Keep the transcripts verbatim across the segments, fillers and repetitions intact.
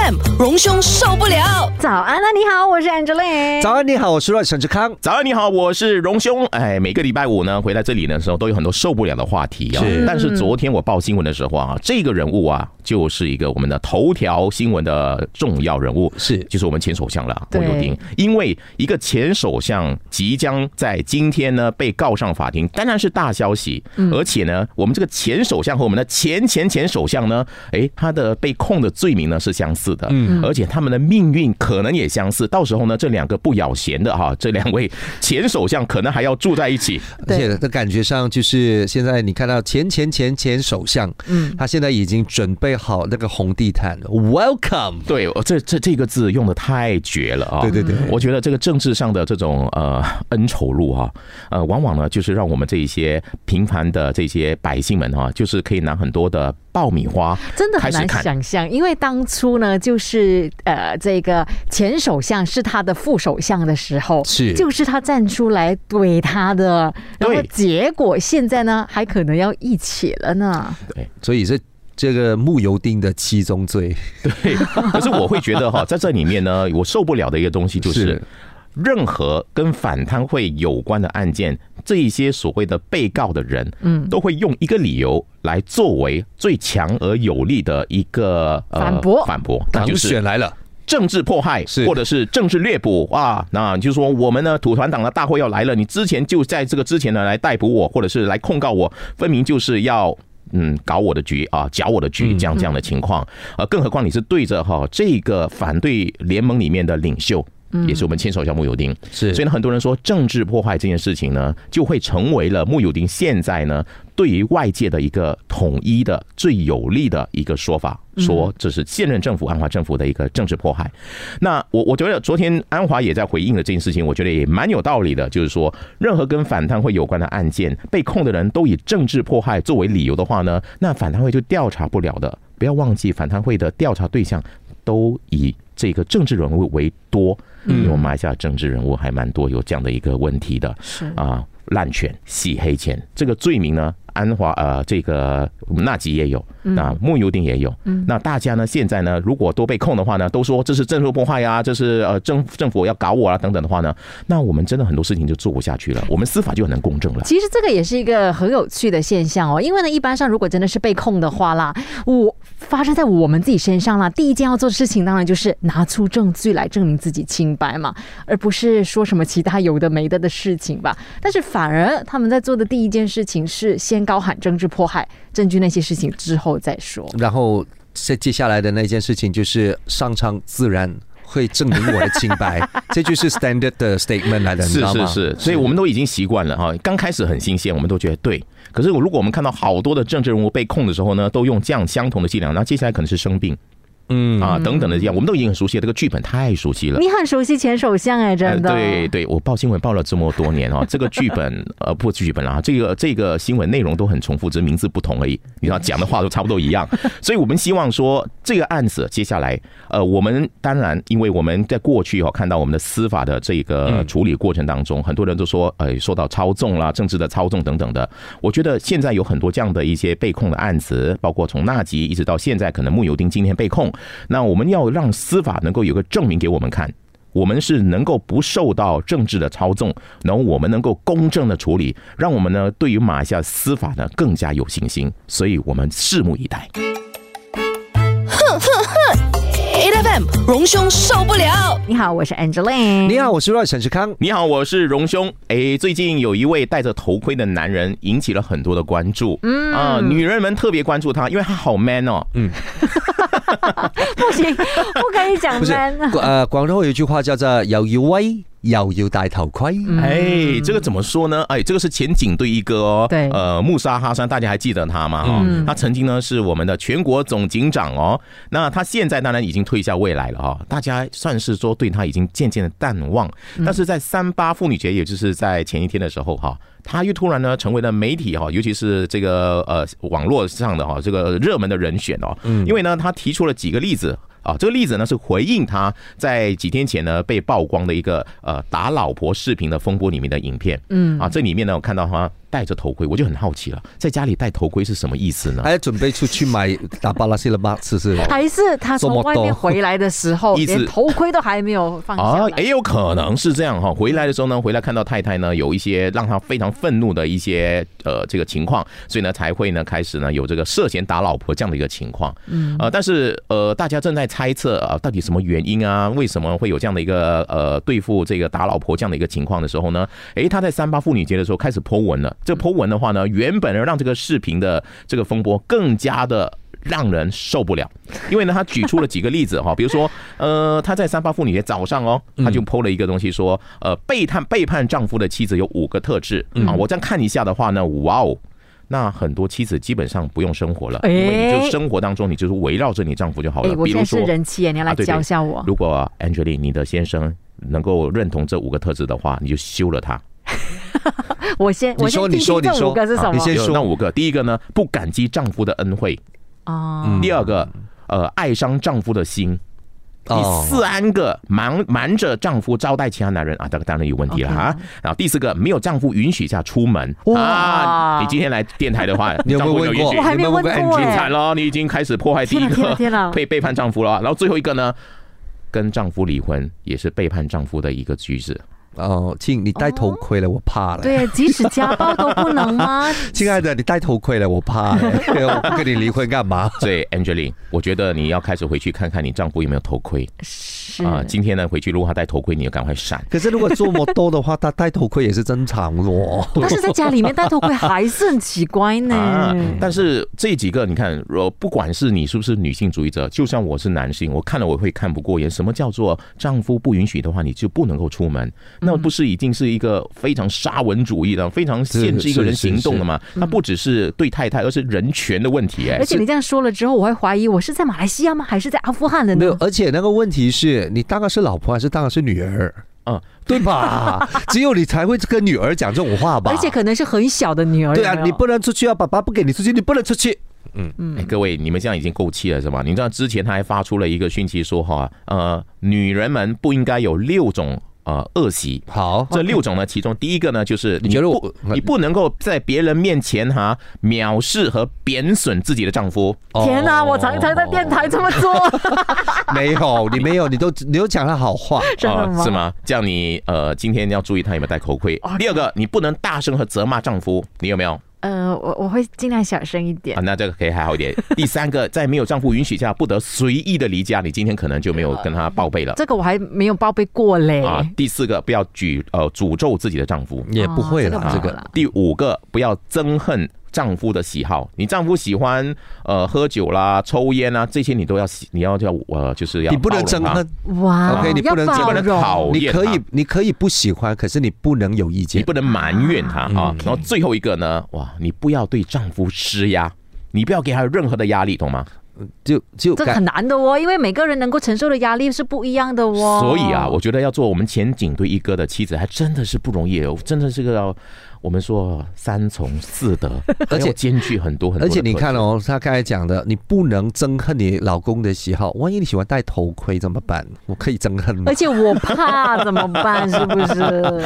M 荣兄受不了。 早安啊，你好，我是 Angeline。 早安，你好，我是阮沈志康。 早安，你好，我是荣兄。哎，每个礼拜五呢，回来这里的时候都有很多受不了的话题啊。但是昨天我报新闻的时候啊，这个人物啊，就是一个我们的头条新闻的重要人物， 是就是我们前首相了，慕尤丁。因为一个前首相即将在今天呢被告上法庭，当然是大消息。嗯、而且呢，我们这个前首相和我们的前前前首相呢，哎，他的被控的罪名呢是相似的，嗯，而且他们的命运可能也相似。到时候呢，这两个不咬弦的哈，这两位前首相可能还要住在一起。 而且的感觉上就是现在你看到前前前前首相，嗯，他现在已经准备好那个红地毯 ，Welcome。 对，这这这个字用的太绝了啊！ 对对对， 我觉得这个政治上的这种呃恩仇录哈，呃，往往呢就是让我们这一些平凡的这些百姓们哈，就是可以拿很多的爆米花， 真的很难想象，因为当初呢，就是呃，这个前首相是他的副首相的时候， 是就是他站出来怼他的，然后结果现在呢，还可能要一起了呢。 对， 所以这这个慕尤丁的七宗罪， 对。可是我会觉得哈，在这里面呢，我受不了的一个东西就是。是任何跟反贪会有关的案件，这一些所谓的被告的人，嗯，都会用一个理由来作为最强而有力的一个、呃、 反驳， 反驳，那就是选来了。 政治迫害，或者是政治掠捕啊，那就是说我们呢，土团党的大会要来了，你之前就在这个之前呢来逮捕我，或者是来控告我，分明就是要。嗯，搞我的局啊，搅我的局，这样这样的情况，呃，更何况你是对着哈这个反对联盟里面的领袖。也是我们前首相慕尤丁，是，所以呢，很多人说政治迫害这件事情呢，就会成为了慕尤丁现在呢对于外界的一个统一的最有力的一个说法，说这是现任政府安华政府的一个政治迫害。那我我觉得昨天安华也在回应了这件事情，我觉得也蛮有道理的，就是说任何跟反贪会有关的案件，被控的人都以政治迫害作为理由的话呢，那反贪会就调查不了的。不要忘记，反贪会的调查对象都以这个政治人物为多。因为我们马来西亚政治人物还蛮多有这样的一个问题的，是啊，滥权、洗黑钱，这个罪名呢，安华呃，这个纳吉也有，那慕尤丁也有，嗯，那大家呢现在呢，如果都被控的话呢，都说这是政治迫害啊，这是呃政政府要搞我啊等等的话呢，那我们真的很多事情就做不下去了，我们司法就很难公正了。 其实这个也是一个很有趣的现象哦，因为呢，一般上如果真的是被控的话啦，我发生在我们自己身上啦，第一件要做的事情当然就是拿出证据来证明自己清白嘛，而不是说什么其他有的没的的事情吧。但是反而他们在做的第一件事情是先高喊政治迫害，证据那些事情之后再说。 然后接下来的那件事情就是上场自然会证明我的清白，这就是 standard 的 statement 来的，你知道吗？ 是是是，所以我们都已经习惯了哈。刚开始很新鲜，我们都觉得对。可是如果我们看到好多的政治人物被控的时候呢，都用这样相同的伎俩，那接下来可能是生病。嗯啊，等等的这样，我们都已经很熟悉了，这个剧本太熟悉了。 你很熟悉前首相哎，真的。 呃、对对，我报新闻报了这么多年哦，这个剧本呃不剧本啦，这个这个新闻内容都很重复，只是名字不同而已。你知道讲的话都差不多一样，所以我们希望说这个案子接下来，呃，我们当然因为我们在过去哦看到我们的司法的这个处理过程当中，嗯、很多人都说呃受到操纵啦、政治的操纵等等的。我觉得现在有很多这样的一些被控的案子，包括从纳吉一直到现在，可能慕尤丁今天被控。那我们要让司法能够有个证明给我们看，我们是能够不受到政治的操纵，然后我们能够公正的处理，让我们呢对于马来西亚司法呢更加有信心，所以我们拭目以待。 哼哼哼 ，A F M 荣兄受不了。 你好，我是 Angeline。 你好，我是沈志康。 你好，我是荣兄。哎，最近有一位戴着头盔的男人引起了很多的关注，嗯啊、呃，女人们特别关注他，因为他好 man 哦，嗯。 不行，不可以讲 man。 呃，广东有一句话叫做又要威又要戴头盔。 哎，这个怎么说呢？哎，这个是前警队一哥哦，对，呃，穆沙哈山，大家还记得他吗？哦，嗯、他曾经呢是我们的全国总警长哦。那他现在当然已经退下未来了哈，大家算是说对他已经渐渐的淡忘。但是在三八妇女节，也就是在前一天的时候哈，他又突然呢成为了媒体哈，尤其是这个呃网络上的哈这个热门的人选哦。因为呢，他提出了几个例子。啊，这个例子呢是回应他在几天前呢被曝光的一个呃打老婆视频的风波里面的影片。嗯，啊，这里面呢我看到他戴着头盔，我就很好奇了，在家里戴头盔是什么意思呢？ 还要准备出去买打巴拉西了吗？是是， 还是他从外面回来的时候，连头盔都还没有放下来？ 啊，也有可能是这样哈。回来的时候呢，回来看到太太呢有一些让他非常愤怒的一些呃这个情况，所以呢才会呢开始呢有这个涉嫌打老婆这样的一个情况。嗯，呃，但是呃大家正在猜测啊，到底什么原因啊？为什么会有这样的一个呃对付这个打老婆这样的一个情况的时候呢？诶，他在三八妇女节的时候开始 po 文了。这个 po 文的话呢，原本让这个视频的这个风波更加的让人受不了，因为呢，他举出了几个例子哈，比如说，呃，他在三八妇女节早上哦，他就 po 了一个东西说，呃，背叛背叛丈夫的妻子有五个特质啊，我这样看一下的话呢，哇哦。那很多妻子基本上不用生活了，因为你就生活当中你就是围绕着你丈夫就好了。 欸、我现在是人妻，你要来教一下我。 啊、对对如果 Angeline 你的先生能够认同这五个特质的话，你就休了他。 我先，我先听听这五个是什么？ 你先说那五个。第一个呢，不感激丈夫的恩惠。哦。第二个，呃，爱伤丈夫的心。第三个，瞒瞒着丈夫招待其他男人啊，这个当然有问题了啊。然后第四个，没有丈夫允许下出门。哇！你今天来电台的话， 你有没有问过？ 我还没问过， 精彩了，你已经开始破坏第一个，被背叛丈夫了。然后最后一个呢，跟丈夫离婚，也是背叛丈夫的一个举止。 哦，亲，你戴头盔了，我怕了。 对，即使家暴都不能吗？ 亲爱的，你戴头盔了，我怕了。我不跟你离婚干嘛？ 所以 Angeline， 我觉得你要开始回去看看你丈夫有没有头盔。 是啊、呃，今天呢回去，如果他戴头盔，你就赶快闪。 可是如果做摩托的话，他戴头盔也是正常咯。 但是在家里面戴头盔还是很奇怪呢。啊、 但是这几个你看，不管是你是不是女性主义者，就像我是男性，我看了我会看不过眼。什么叫做丈夫不允许的话，你就不能够出门？那不是已经是一个非常沙文主义的、非常限制一个人行动的吗？那不只是对太太，而是人权的问题、欸。 而且你这样说了之后，我会怀疑我是在马来西亚吗？还是在阿富汗的呢？ 没有，而且那个问题是你当然是老婆还是当然是女儿？嗯，对吧？只有你才会跟女儿讲这种话吧？ 而且可能是很小的女儿。 对啊，你不能出去啊，爸爸不给你出去，你不能出去。 嗯嗯、欸，各位，你们这样已经够气了是吧？你知道之前他还发出了一个讯息说哈，呃，女人们不应该有六种。呃，恶习。 好， 这六种呢，其中第一个呢，就是你觉得我你不能够在别人面前哈藐视和贬损自己的丈夫。 天哪、啊，我常常在电台这么做。 没有，你没有，你都你都讲了好话， 真的吗？ 呃、是吗？这样你呃，今天要注意他有没有戴头盔。Okay. 第二个，你不能大声和责骂丈夫，你有没有？ 呃，我我会尽量小声一点、 啊、那这个可以还好一点。第三个，在没有丈夫允许下，不得随意的离家。你今天可能就没有跟他报备了。 这个我还没有报备过嘞。 啊，第四个，不要举呃诅咒自己的丈夫， 也不会了、啊。这个， 第五个，不要憎恨丈夫的喜好。你丈夫喜欢呃喝酒啦、抽烟啊，这些你都要你要叫呃就是要你不能憎恨。 哇 ，OK， 你不能不能讨厌， 你可以你可以不喜欢，可是你不能有意见， 你不能埋怨他啊。然后最后一个呢，哇，你不要对丈夫施压，你不要给他任何的压力，懂吗？ 就就这很难的哦，因为每个人能够承受的压力是不一样的哦。 所以啊，我觉得要做我们前警队一哥的妻子，还真的是不容易，真的是个要。我们说三从四德，而且兼具很多很多。 而且你看哦，他刚才讲的，你不能憎恨你老公的喜好。万一你喜欢戴头盔怎么办？我可以憎恨吗？ 而且我怕怎么办？是不是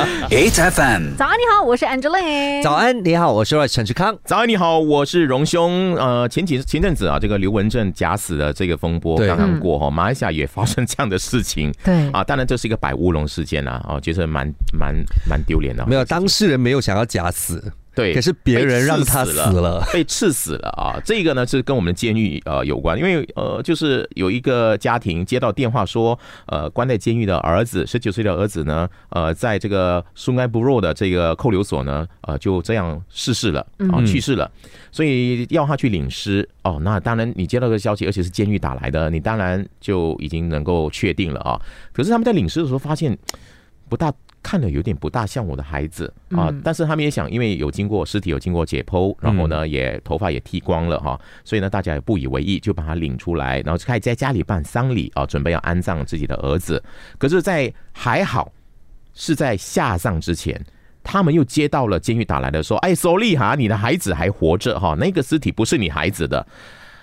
？H F M， 早安你好，我是 Angeline。 早安你好，我是陈志康。 早安你好，我是荣兄。呃，前几前阵子啊，这个刘文正假死的这个风波刚刚过哈，马来西亚也发生这样的事情。 对啊，当然这是一个摆乌龙事件啊，哦，觉得蛮蛮蛮丢脸的。 没有，当事人没有想要假死， 对， 可是别人让他死了， 被刺死了啊！这个呢是跟我们的监狱呃有关，因为呃就是有一个家庭接到电话说，呃关在监狱的儿子，十九岁的儿子呢，呃在这个苏埃布若的这个扣留所呢，呃就这样逝世了啊，去世了，所以要他去领尸哦。那当然你接到这个消息，而且是监狱打来的，你当然就已经能够确定了啊。可是他们在领尸的时候发现不大。看了有点不大像我的孩子啊，但是他们也想，因为有经过尸体有经过解剖，然后呢也头发也剃光了哈，所以呢大家也不以为意，就把他领出来，然后开始在家里办丧礼啊，准备要安葬自己的儿子。可是，在还好是在下葬之前，他们又接到了监狱打来的说，哎，sorry哈，你的孩子还活着哈，那个尸体不是你孩子的。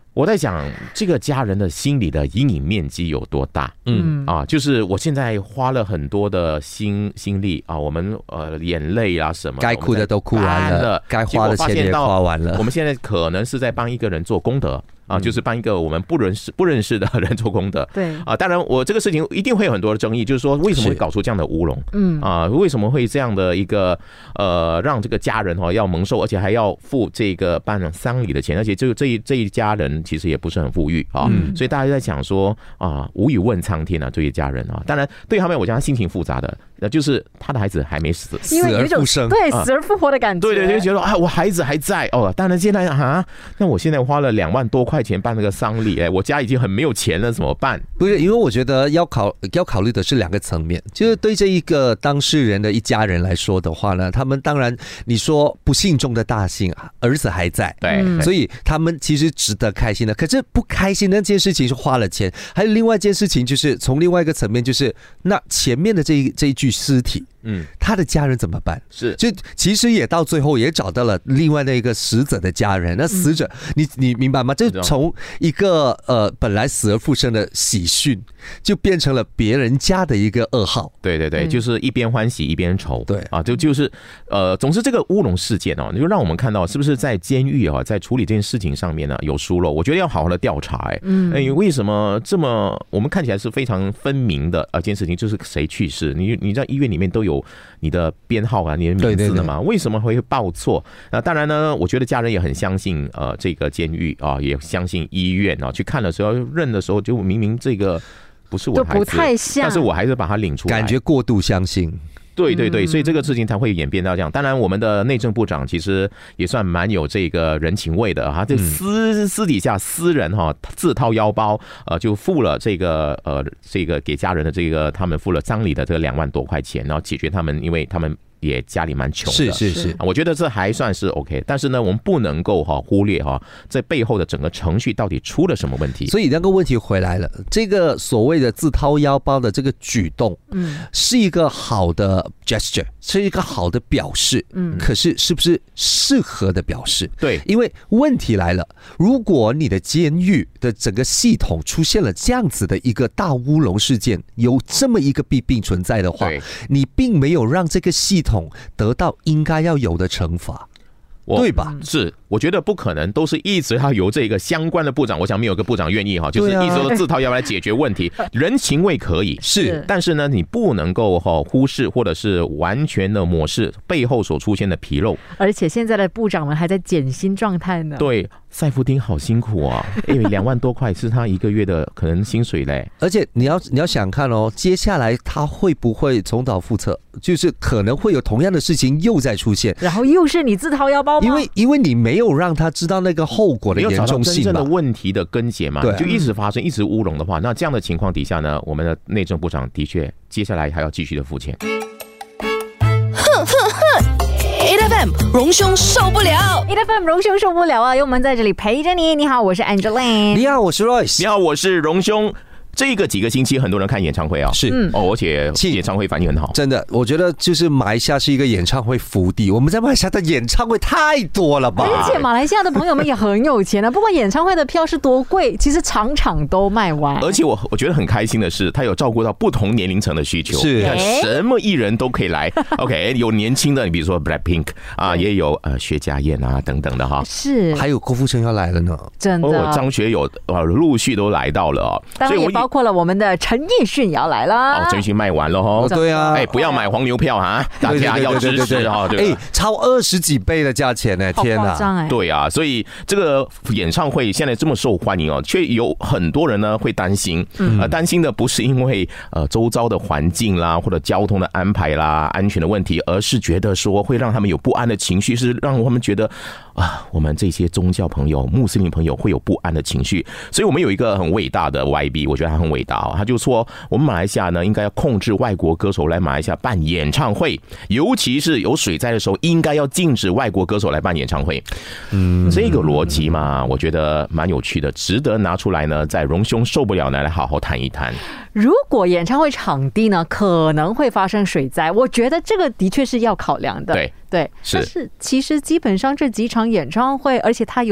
我在想这个家人的心理的阴影面积有多大？嗯啊，就是我现在花了很多的心心力啊，我们呃眼泪啊什么， 该哭的都哭完了，该花的钱也花完了。 我们现在可能是在帮一个人做功德。啊，就是帮一个我们不认识不认识的人做功德。 对啊，当然我这个事情一定会有很多的争议，就是说为什么会搞出这样的乌龙？嗯啊，为什么会这样的一个呃，让这个家人哈要蒙受，而且还要付这个办丧礼的钱，而且这这一这一家人其实也不是很富裕啊，嗯、所以大家在想说啊，无语问苍天啊，这一家人啊，当然对他们，我讲他心情复杂的。那就是他的孩子还没死， 死而复生，对，死而复活的感觉。 对对，就觉得啊，我孩子还在哦。当然现在啊，那我现在花了两万多块钱办那个丧礼，哎，我家已经很没有钱了，怎么办？ 不是，因为我觉得要考要考虑的是两个层面，就是对这一个当事人的一家人来说的话呢，他们当然你说不幸中的大幸，儿子还在， 对， 所以他们其实值得开心的。可是不开心那件事情是花了钱，还有另外一件事情就是从另外一个层面，就是那前面的这一这一具尸体。嗯，他的家人怎么办？ 是， 就其实也到最后也找到了另外的一个死者的家人。那死者，嗯、你你明白吗？就从一个呃本来死而复生的喜讯，就变成了别人家的一个噩耗。 对对对，嗯、就是一边欢喜一边愁。 对啊，就就是呃，总之这个乌龙事件哦，就让我们看到是不是在监狱啊，在处理这件事情上面呢有疏漏？我觉得要好好的调查。哎，嗯，哎，为什么这么我们看起来是非常分明的呃，件事情，就是谁去世？你你在医院里面都有。有你的编号啊，你的名字的嘛？为什么会报错？那当然呢，我觉得家人也很相信呃这个监狱啊，也相信医院啊。去看的时候认的时候，就明明这个不是我的孩子， 不太像， 但是我还是把它领出来， 感觉过度相信。 对对对，所以这个事情才会演变到这样。当然，我们的内政部长其实也算蛮有这个人情味的哈，就私私底下私人哈自掏腰包，呃，就付了这个呃这个给家人的这个他们付了丧礼的这个两万多块钱，然后解决他们，因为他们也家里蛮穷的， 是是是， 我觉得这还算是 OK。但是呢，我们不能够哈忽略哈在背后的整个程序到底出了什么问题。 所以那个问题回来了，这个所谓的自掏腰包的这个举动，嗯，是一个好的 gesture， 是一个好的表示，嗯，可是是不是适合的表示？ 对， 因为问题来了，如果你的监狱的整个系统出现了这样子的一个大乌龙事件，有这么一个弊病存在的话，你并没有让这个系统得到应该要有的惩罚，对吧？ 是，我觉得不可能都是一直要由这个相关的部长，我想没有个部长愿意哈，就是一直都自掏腰包来解决问题。人情味可以是， 但是呢，你不能够哈忽视或者是完全的抹视背后所出现的纰漏。 而且现在的部长们还在减薪状态呢。 对。赛夫丁好辛苦啊，因为两万多块是他一个月的可能薪水嘞。 而且你要你要想看哦，接下来他会不会重蹈覆辙？就是可能会有同样的事情又再出现， 然后又是你自掏腰包吗？ 因为因为你没有让他知道那个后果的严重性嘛，没有找到真正的问题的根结嘛，就一直发生，一直乌龙的话，那这样的情况底下呢，我们的内政部长的确接下来还要继续的付钱。 哼哼哼。A F M 荣兄受不了 ，A F M 荣兄受不了啊！因为我们在这里陪着你。你好，我是 Angeline。 你好，我是 Royce。 你好，我是荣兄。这个几个星期很多人看演唱会啊， 是哦，而且演唱会反应很好， 真的，我觉得就是马来西亚是一个演唱会福地，我们在马来西亚的演唱会太多了吧， 而且马来西亚的朋友们也很有钱啊，不管演唱会的票是多贵，其实场场都卖完。 而且我我觉得很开心的是，他有照顾到不同年龄层的需求， 是什么艺人都可以来。OK， 有年轻的，你比如说 Blackpink 啊，也有呃薛家燕啊等等的哈， 是， 还有郭富城要来了呢， 真的， 哦，张学友呃陆续都来到了哦， 当然也包括了我们的陈奕迅也要来了， 哦，陈奕迅卖完了哈， 对啊， 哎，不要买黄牛票哈，大家要支持哈， 对，哎，超二十几倍的价钱呢，天哪， 对啊，所以这个演唱会现在这么受欢迎哦，却有很多人呢会担心，呃，担心的不是因为呃周遭的环境啦，或者交通的安排啦、安全的问题，而是觉得说会让他们有不安的情绪，是让他们觉得啊，我们这些宗教朋友、穆斯林朋友会有不安的情绪，所以我们有一个很伟大的 Y B， 我觉得他很伟大哦，他就说我们马来西亚呢应该要控制外国歌手来马来西亚办演唱会，尤其是有水灾的时候，应该要禁止外国歌手来办演唱会。嗯，这个逻辑嘛，我觉得蛮有趣的，值得拿出来呢，在荣兄受不了呢来好好谈一谈。 如果演唱会场地呢可能会发生水灾，我觉得这个的确是要考量的。 对对， 是， 但是其实基本上这几场演唱会，而且它有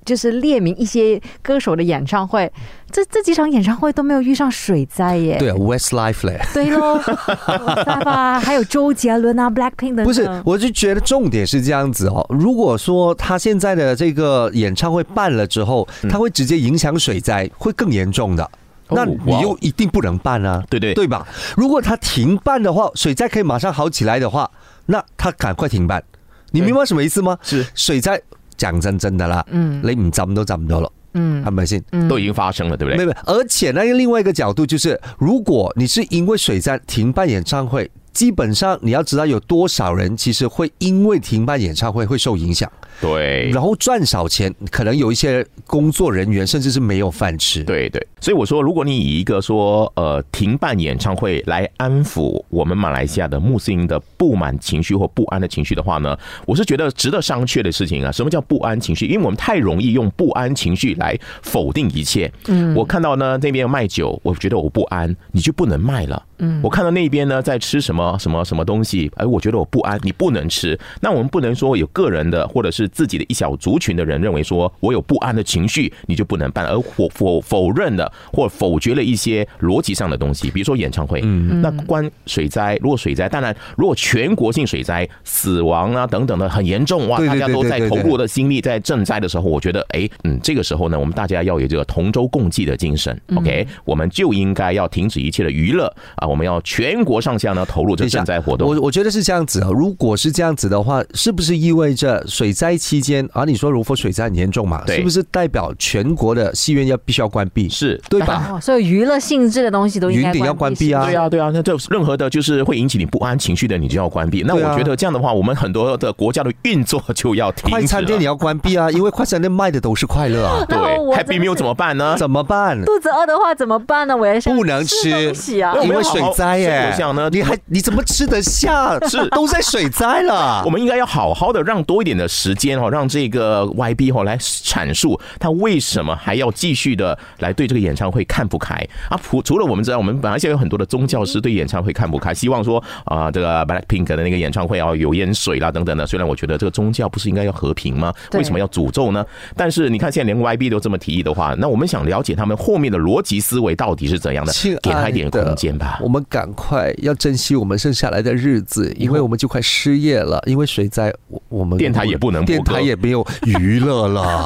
就是列明一些歌手的演唱会，这这几场演唱会都没有遇上水灾耶。 对啊 ，Westlife 嘞。 对喽，Westlife 啊，还有周杰伦啊 ，Blackpink 的。 不是，我就觉得重点是这样子哦。如果说他现在的这个演唱会办了之后，他会直接影响水灾，会更严重的。那你又一定不能办啊， 对对对吧？如果他停办的话，水灾可以马上好起来的话，那他赶快停办。你明白什么意思吗？ 是水灾讲真真的啦，嗯，你唔浸都浸唔到咯。嗯，係咪先？ 都已經發生了，對不對？ 沒有，而且呢，另外一個角度就是，如果你是因為水災停辦演唱會，基本上你要知道有多少人其實會因為停辦演唱會會受影響。 对， 然后赚少钱，可能有一些工作人员甚至是没有饭吃。 对对，所以我说，如果你以一个说呃停办演唱会来安抚我们马来西亚的穆斯林的不满情绪或不安的情绪的话呢，我是觉得值得商榷的事情啊。什么叫不安情绪？因为我们太容易用不安情绪来否定一切。嗯，我看到呢那边卖酒，我觉得我不安，你就不能卖了。嗯，我看到那边呢在吃什么什么什么东西，哎，我觉得我不安，你不能吃。那我们不能说有个人的或者是自己的一小族群的人认为说我有不安的情绪，你就不能办，而否否否认了或否决了一些逻辑上的东西，比如说演唱会。嗯，那关水灾，如果水灾，当然如果全国性水灾、死亡啊等等的很严重，哇，大家都在投入的心力在赈灾的时候，我觉得，哎，嗯，这个时候呢，我们大家要有这个同舟共济的精神。OK， 我们就应该要停止一切的娱乐啊，我们要全国上下呢投入这赈灾活动。 我我觉得是这样子啊，如果是这样子的话，是不是意味着水灾期间啊？你说如果水灾很严重嘛，是不是代表全国的戏院要必须要关闭？ 是， 对吧？ 哦，所以娱乐性质的东西都应该云顶要关闭啊。 对啊，对啊，那这任何的就是会引起你不安情绪的，你就要关闭。那我觉得这样的话，我们很多的国家的运作就要停止了。 快餐店你要关闭啊，因为快餐店卖的都是快乐啊。 对 ，Happy Meal 怎么办呢？ 怎么办？ 肚子饿的话怎么办呢？我也想不能吃东西啊， 因为水灾耶。你还你怎么吃得下？ 是都在水灾了。 我们应该要好好的让多一点的时间哦，让这个 Y B 哦来阐述他为什么还要继续的来对这个演唱会看不开啊。除了我们知道，我们马来西亚有很多的宗教师对演唱会看不开，希望说啊、呃，这个 Blackpink 的那个演唱会啊有淹水啦等等的。虽然我觉得这个宗教不是应该要和平吗？为什么要诅咒呢？但是你看现在连 Y B 都这么提议的话，那我们想了解他们后面的逻辑思维到底是怎样的，给他一点空间吧。 我们赶快要珍惜我们剩下来的日子，因为我们就快失业了。因为水灾，我们电台也不能播歌， 电台也没有娱乐了。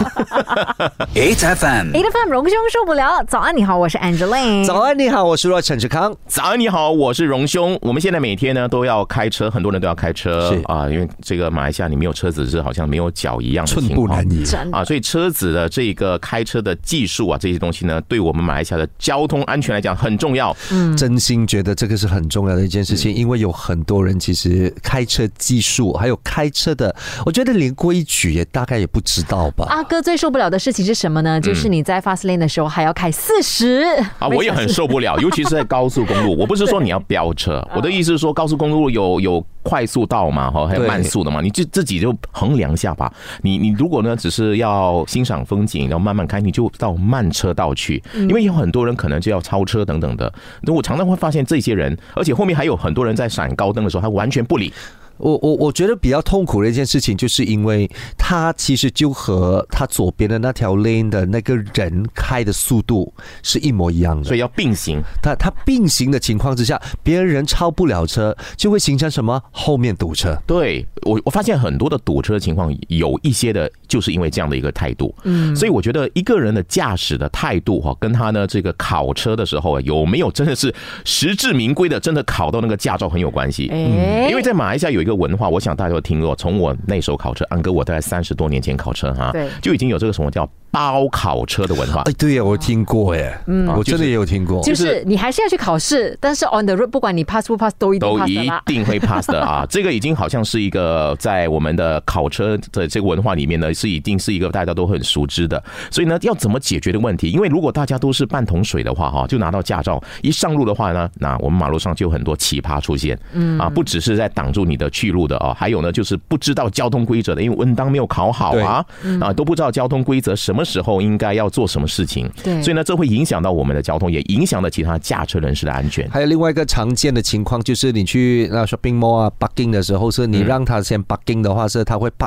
eight F M，eight F M 荣兄受不了。早安，你好，我是 Angeline。 早安，你好，我是若陈志康。 早安，你好，我是荣兄。我们现在每天呢都要开车，很多人都要开车啊，因为这个马来西亚你没有车子是好像没有脚一样的情况， 寸步难移啊，所以车子的这个开车的技术啊，这些东西呢，对我们马来西亚的交通安全来讲很重要。 嗯，真心觉得这个是很重要的一件事情，因为有很多人其实开车技术还有开车的，我觉得连规矩也大概也不知道吧。 阿哥最受不了的事情是什么呢？就是你在 fast lane 的时候还要开四十啊，我也很受不了，尤其是在高速公路。我不是说你要飙车，我的意思是说高速公路有有快速道嘛，哈，还有慢速的嘛，你就自己就衡量一下吧。你你如果呢只是要欣赏风景，然后慢慢开，你就到慢车道去，因为有很多人可能就要超车等等的。我常常会发现这些人，而且后面还有很多人在闪高灯的时候，他完全不理。 我我我觉得比较痛苦的一件事情，就是因为他其实就和他左边的那条 lane 的那个人开的速度是一模一样的， 所以要并行。 他他并行的情况之下，别人超不了车，就会形成什么后面堵车。 对，我我发现很多的堵车的情况，有一些的就是因为这样的一个态度。嗯，所以我觉得一个人的驾驶的态度哈，跟他呢这个考车的时候有没有真的是实至名归的，真的考到那个驾照很有关系。嗯，因为在马来西亚有一个文化，我想大家都听过。从我那时候考车，安哥我大概三十多年前考车哈，就已经有这个什么叫包考车的文化。 哎，对呀，我听过哎，嗯，我真的也有听过。 就是你还是要去考试，但是 on the road 不管你 pass 不 pass 都一定 pass 的啦， 都一定会 pass 的啊。这个已经好像是一个在我们的考车的这个文化里面呢，是一定是一个大家都很熟知的。所以呢，要怎么解决的问题？因为如果大家都是半桶水的话哈，就拿到驾照一上路的话呢，那我们马路上就有很多奇葩出现。嗯啊，不只是在挡住你的去路的哦，还有呢就是不知道交通规则的，因为文当没有考好啊，啊都不知道交通规则什么时候应该要做什么事情。对，所以呢这会影响到我们的交通，也影响到其他驾车人士的安全。 还有另外一个常见的情况就是你去那 shopping mall 啊 parking 的时候，是你让他先 parking 的话，是他会 park 你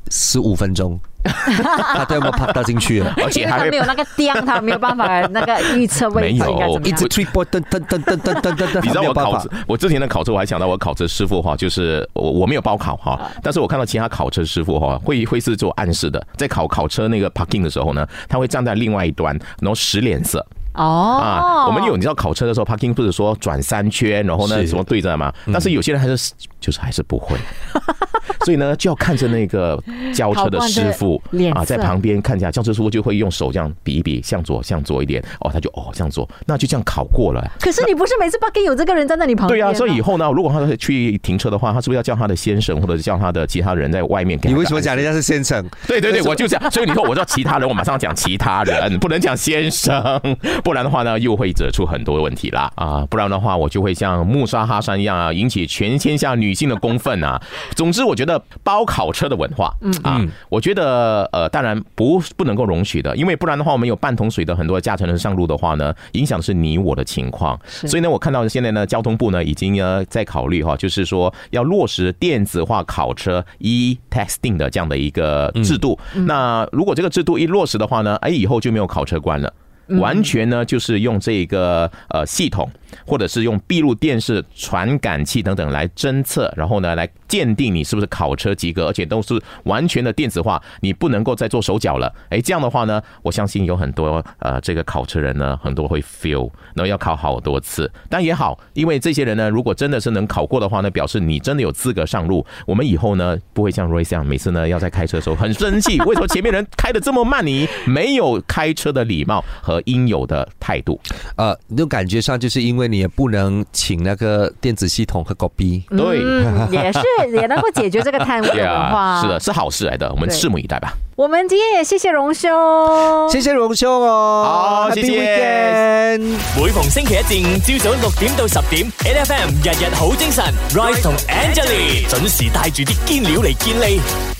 十五分钟。他都有没有爬到进去了？ 而且他没有那个钉，他没有办法那个预测位置应该怎么样。 一直 three point 噔噔噔噔噔噔噔， 你知道我考车，我之前的考车我还想到我考车师傅哈，就是我我没有包考哈，但是我看到其他考车师傅哈会会是做暗示的，在考考车那个 parking 的时候呢，他会站在另外一端，然后使脸色。 哦啊，我们有你知道考车的时候 parking 不是说转三圈，然后呢什么对着嘛？但是有些人还是就是还是不会，所以呢就要看着那个教车的师傅啊，在旁边看一下，教车师傅就会用手这样比一比，向左向左一点，哦，他就哦这样做，那就这样考过了。 可是你不是每次 parking 有这个人站在你旁边？ 对啊，所以以后呢，如果他去停车的话，他是不是要叫他的先生或者叫他的其他人在外面给他？ 你为什么讲人家是先生？ 对对对，我就讲，所以你说我叫其他人，我马上讲其他人，不能讲先生。不然的话呢，又会惹出很多问题啦啊！不然的话，我就会像穆沙哈山一样啊，引起全天下女性的公愤啊！总之，我觉得包考车的文化啊，我觉得呃，当然不不能够容许的，因为不然的话，我们有半桶水的很多驾车人上路的话呢，影响是你我的情况。所以呢，我看到现在呢，交通部呢已经呢在考虑哈，就是说要落实电子化考车 e-testing 的这样的一个制度。那如果这个制度一落实的话呢，哎，以后就没有考车官了。完全呢，就是用这个呃系统，或者是用闭路电视、传感器等等来侦测，然后呢来鉴定你是不是考车及格，而且都是完全的电子化，你不能够再做手脚了。哎，这样的话呢，我相信有很多呃这个考车人呢，很多会 fail， 然后要考好多次。但也好，因为这些人呢，如果真的是能考过的话呢，表示你真的有资格上路。我们以后呢，不会像 Roy 这样，每次呢要在开车的时候很生气，为什么前面人开得这么慢？你没有开车的礼貌和应有的态度。 呃，那种感觉上就是因为你也不能请那个电子系统和狗逼。 对、 嗯，也是也能够解决这个贪污的文化。 yeah, 是的，是好事来的，我们拭目以待吧。 我们今天也谢谢荣兄， 谢谢荣兄哦， 好，謝謝。 每逢星期一至五朝早六點到十點 ，A F M 日日好精神 ，Royce 同 Angelie 準時帶住啲堅料嚟健利。